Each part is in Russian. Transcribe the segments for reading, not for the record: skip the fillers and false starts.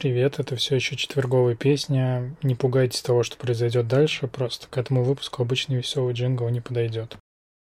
Привет, это все еще четверговая песня. Не пугайтесь того, что произойдет дальше, просто к этому выпуску обычный веселый джингл не подойдет.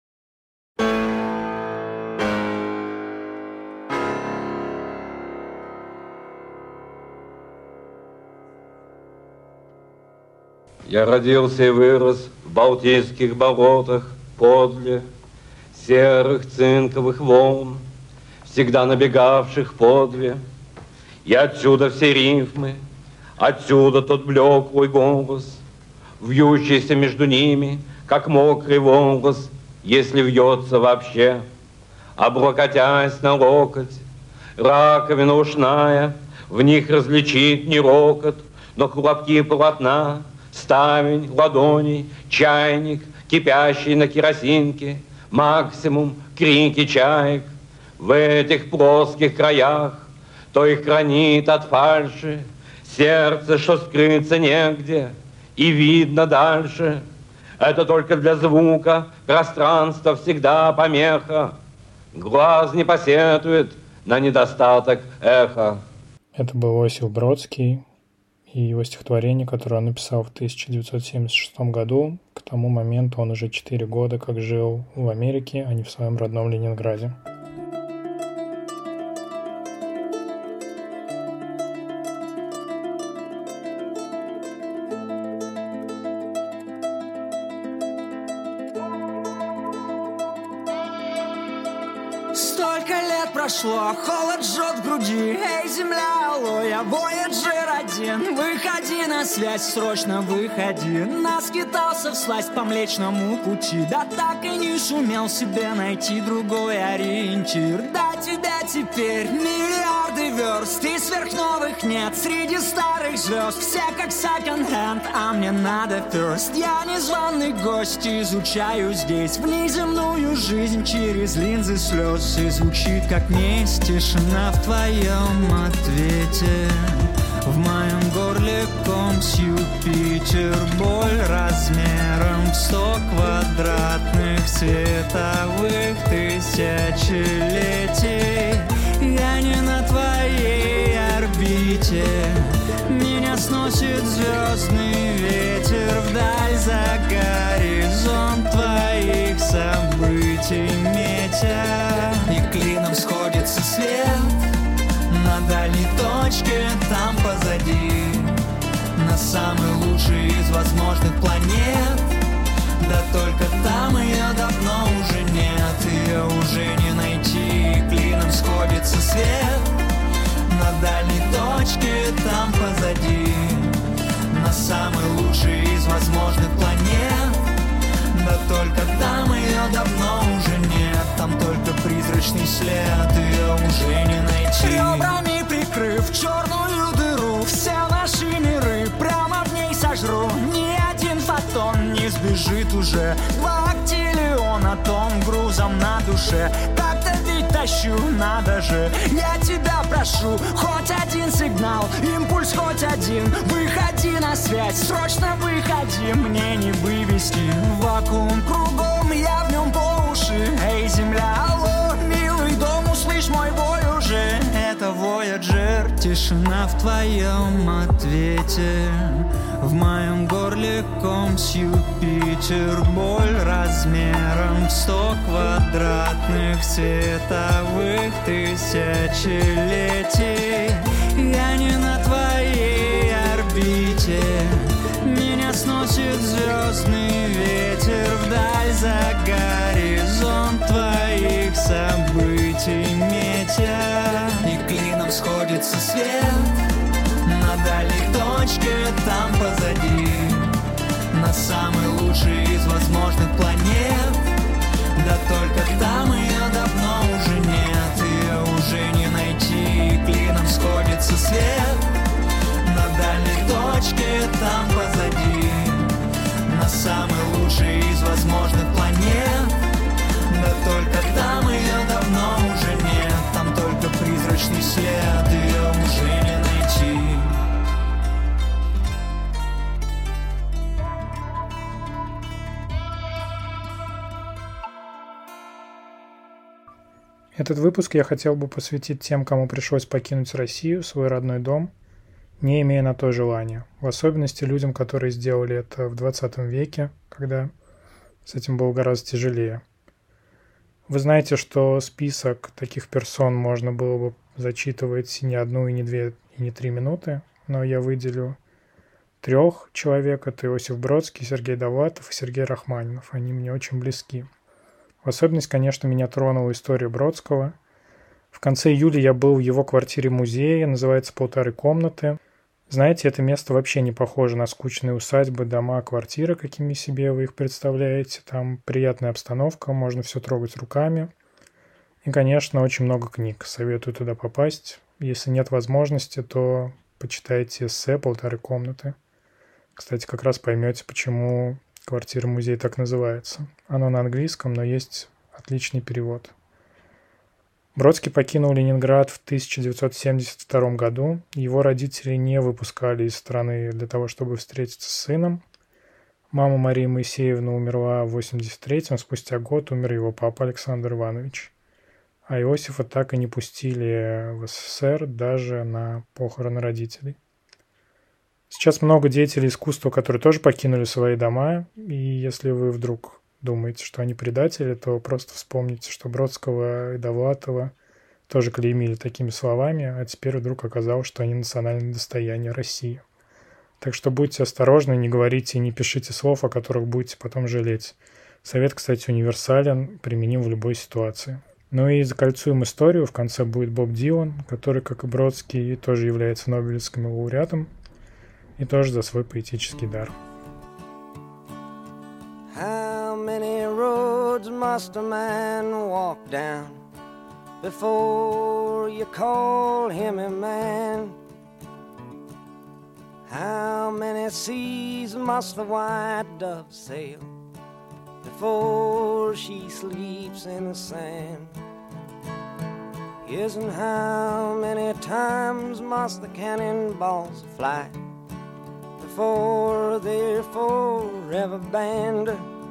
Я родился и вырос в Балтийских болотах подле серых цинковых волн, всегда набегавших подве. И отсюда все рифмы, отсюда тот блеклый голос, вьющийся между ними, как мокрый волос, если вьется вообще, облокотясь на локоть. Раковина ушная, в них различит не рокот, но хлопки полотна, ставень, ладоней, чайник, кипящий на керосинке, максимум крики чаек. В этих плоских краях то их хранит от фальши сердце, что скрыться негде, и видно дальше. Это только для звука, пространство всегда помеха. Глаз не посетует на недостаток эха. Это был Осип Бродский и его стихотворение, которое он написал в 1976 году. К тому моменту он уже 4 года как жил в Америке, а не в своем родном Ленинграде. Прошло, холод жжет в груди. Эй, земля, алло, я Voyager 1. Выходи на связь, срочно выходи. Наскитался всласть по Млечному пути. Да так и не сумел себе найти другой ориентир. До тебя теперь миллиарды верст, и сверхновых нет среди старых звезд. Все как second-hand, а мне надо first. Я незваный гость, изучаю здесь внеземную жизнь через линзы слез. И звучит как месть тишина в твоем ответе. В моем горле ком с Юпитер. Боль размером в 100 квадратных световых тысячелетий. Я не на твоей орбите. Меня сносит звездный ветер вдаль за горизонт твоих событий метя. И клином сходится свет на дальней точке там позади, на самой лучшей из возможных планет. Да только там ее давно уже нет, ее уже не найти. Клином сходится свет на дальней точке там позади, на самой лучшей из возможных планет. Да только там ее давно уже нет, там только призрачный след, ее уже не найти. Ребрами прикрыв черную дыру, все наши миры прямо в ней сожру. Ни один фотон не сбежит уже, 2 актиллиона тонн грузом на душе. Так-то ведь тащу, надо же, я тебя прошу, хоть один сигнал, импульс хоть один. Выходи на связь, срочно выходи, мне не вывести. Вакуум кругом, я в нем по уши. Эй, земля, алло, милый дом, услышь мой вой уже. Это Voyager, тишина в твоем ответе. В моем горле ком с Юпитер. Боль размером в 100 квадратных световых тысячелетий. Я не на твоей орбите. Меня сносит звездный ветер вдаль за горизонт твоих событий метя. И клином сходится свет на дальней точке там позади, на самой лучшей из возможных планет. Да только там ее давно уже нет, ее уже не найти. Клином сходится свет на дальней точке там позади, на самой лучшей из возможных планет. Да только там ее давно уже нет, там только призрачный след, ее уже не найти. Этот выпуск я хотел бы посвятить тем, кому пришлось покинуть Россию, свой родной дом, не имея на то желания. В особенности людям, которые сделали это в 20 веке, когда с этим было гораздо тяжелее. Вы знаете, что список таких персон можно было бы зачитывать не 1, не 2, и не 3 минуты, но я выделю 3 человек. Это Иосиф Бродский, Сергей Довлатов и Сергей Рахманинов. Они мне очень близки. В особенность, конечно, меня тронула история Бродского. В конце июля я был в его квартире-музее, называется «1,5 комнаты». Знаете, это место вообще не похоже на скучные усадьбы, дома, квартиры, какими себе вы их представляете. Там приятная обстановка, можно все трогать руками. И, конечно, очень много книг. Советую туда попасть. Если нет возможности, то почитайте эссе «1,5 комнаты». Кстати, как раз поймете, почему квартира-музей так называется. Оно на английском, но есть отличный перевод. Бродский покинул Ленинград в 1972 году. Его родители не выпускали из страны для того, чтобы встретиться с сыном. Мама Мария Моисеевна умерла в 1983-м, спустя год умер его папа Александр Иванович. А Иосифа так и не пустили в СССР даже на похороны родителей. Сейчас много деятелей искусства, которые тоже покинули свои дома, и если вы вдруг думаете, что они предатели, то просто вспомните, что Бродского и Довлатова тоже клеймили такими словами, а теперь вдруг оказалось, что они национальное достояние России. Так что будьте осторожны, не говорите и не пишите слов, о которых будете потом жалеть. Совет, кстати, универсален, применим в любой ситуации. Ну и закольцуем историю. В конце будет Боб Дилан, который, как и Бродский, тоже является Нобелевским лауреатом, и тоже за свой поэтический дар. How many roads must a man walk down before you call him a man? How many seas must the white dove sail before she sleeps in the sand? Yes, and how many times must the cannonballs fly before they're forever banned?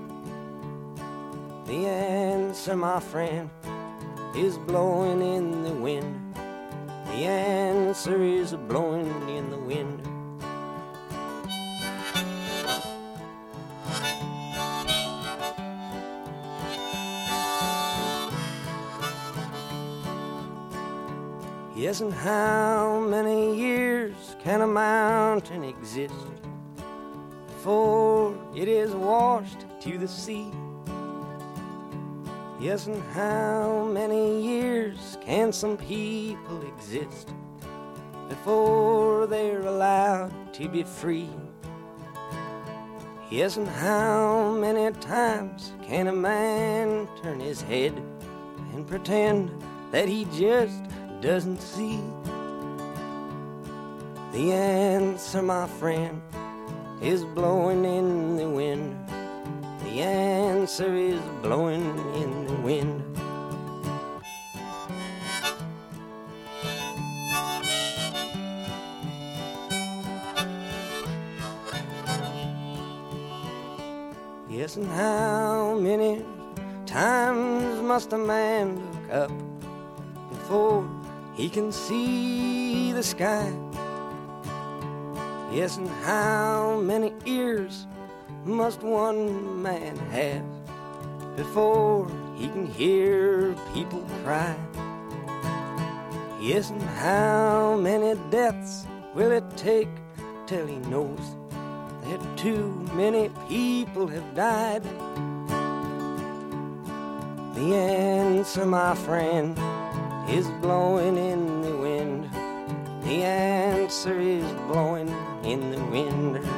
The answer, my friend, is blowing in the wind. The answer is blowing in the wind. Yes, and how many years can a mountain exist before it is washed to the sea? Yes, and how many years can some people exist before they're allowed to be free? Yes, and how many times can a man turn his head and pretend that he just doesn't see? The answer, my friend, is blowing in the wind. The answer is blowing in the wind. Yes, and how many times must a man look up before he can see the sky? Yes, and how many ears must one man have before he can hear people cry? Yes, and how many deaths will it take till he knows that too many people have died? The answer, my friend, is blowing in the wind. The answer is blowing in the wind.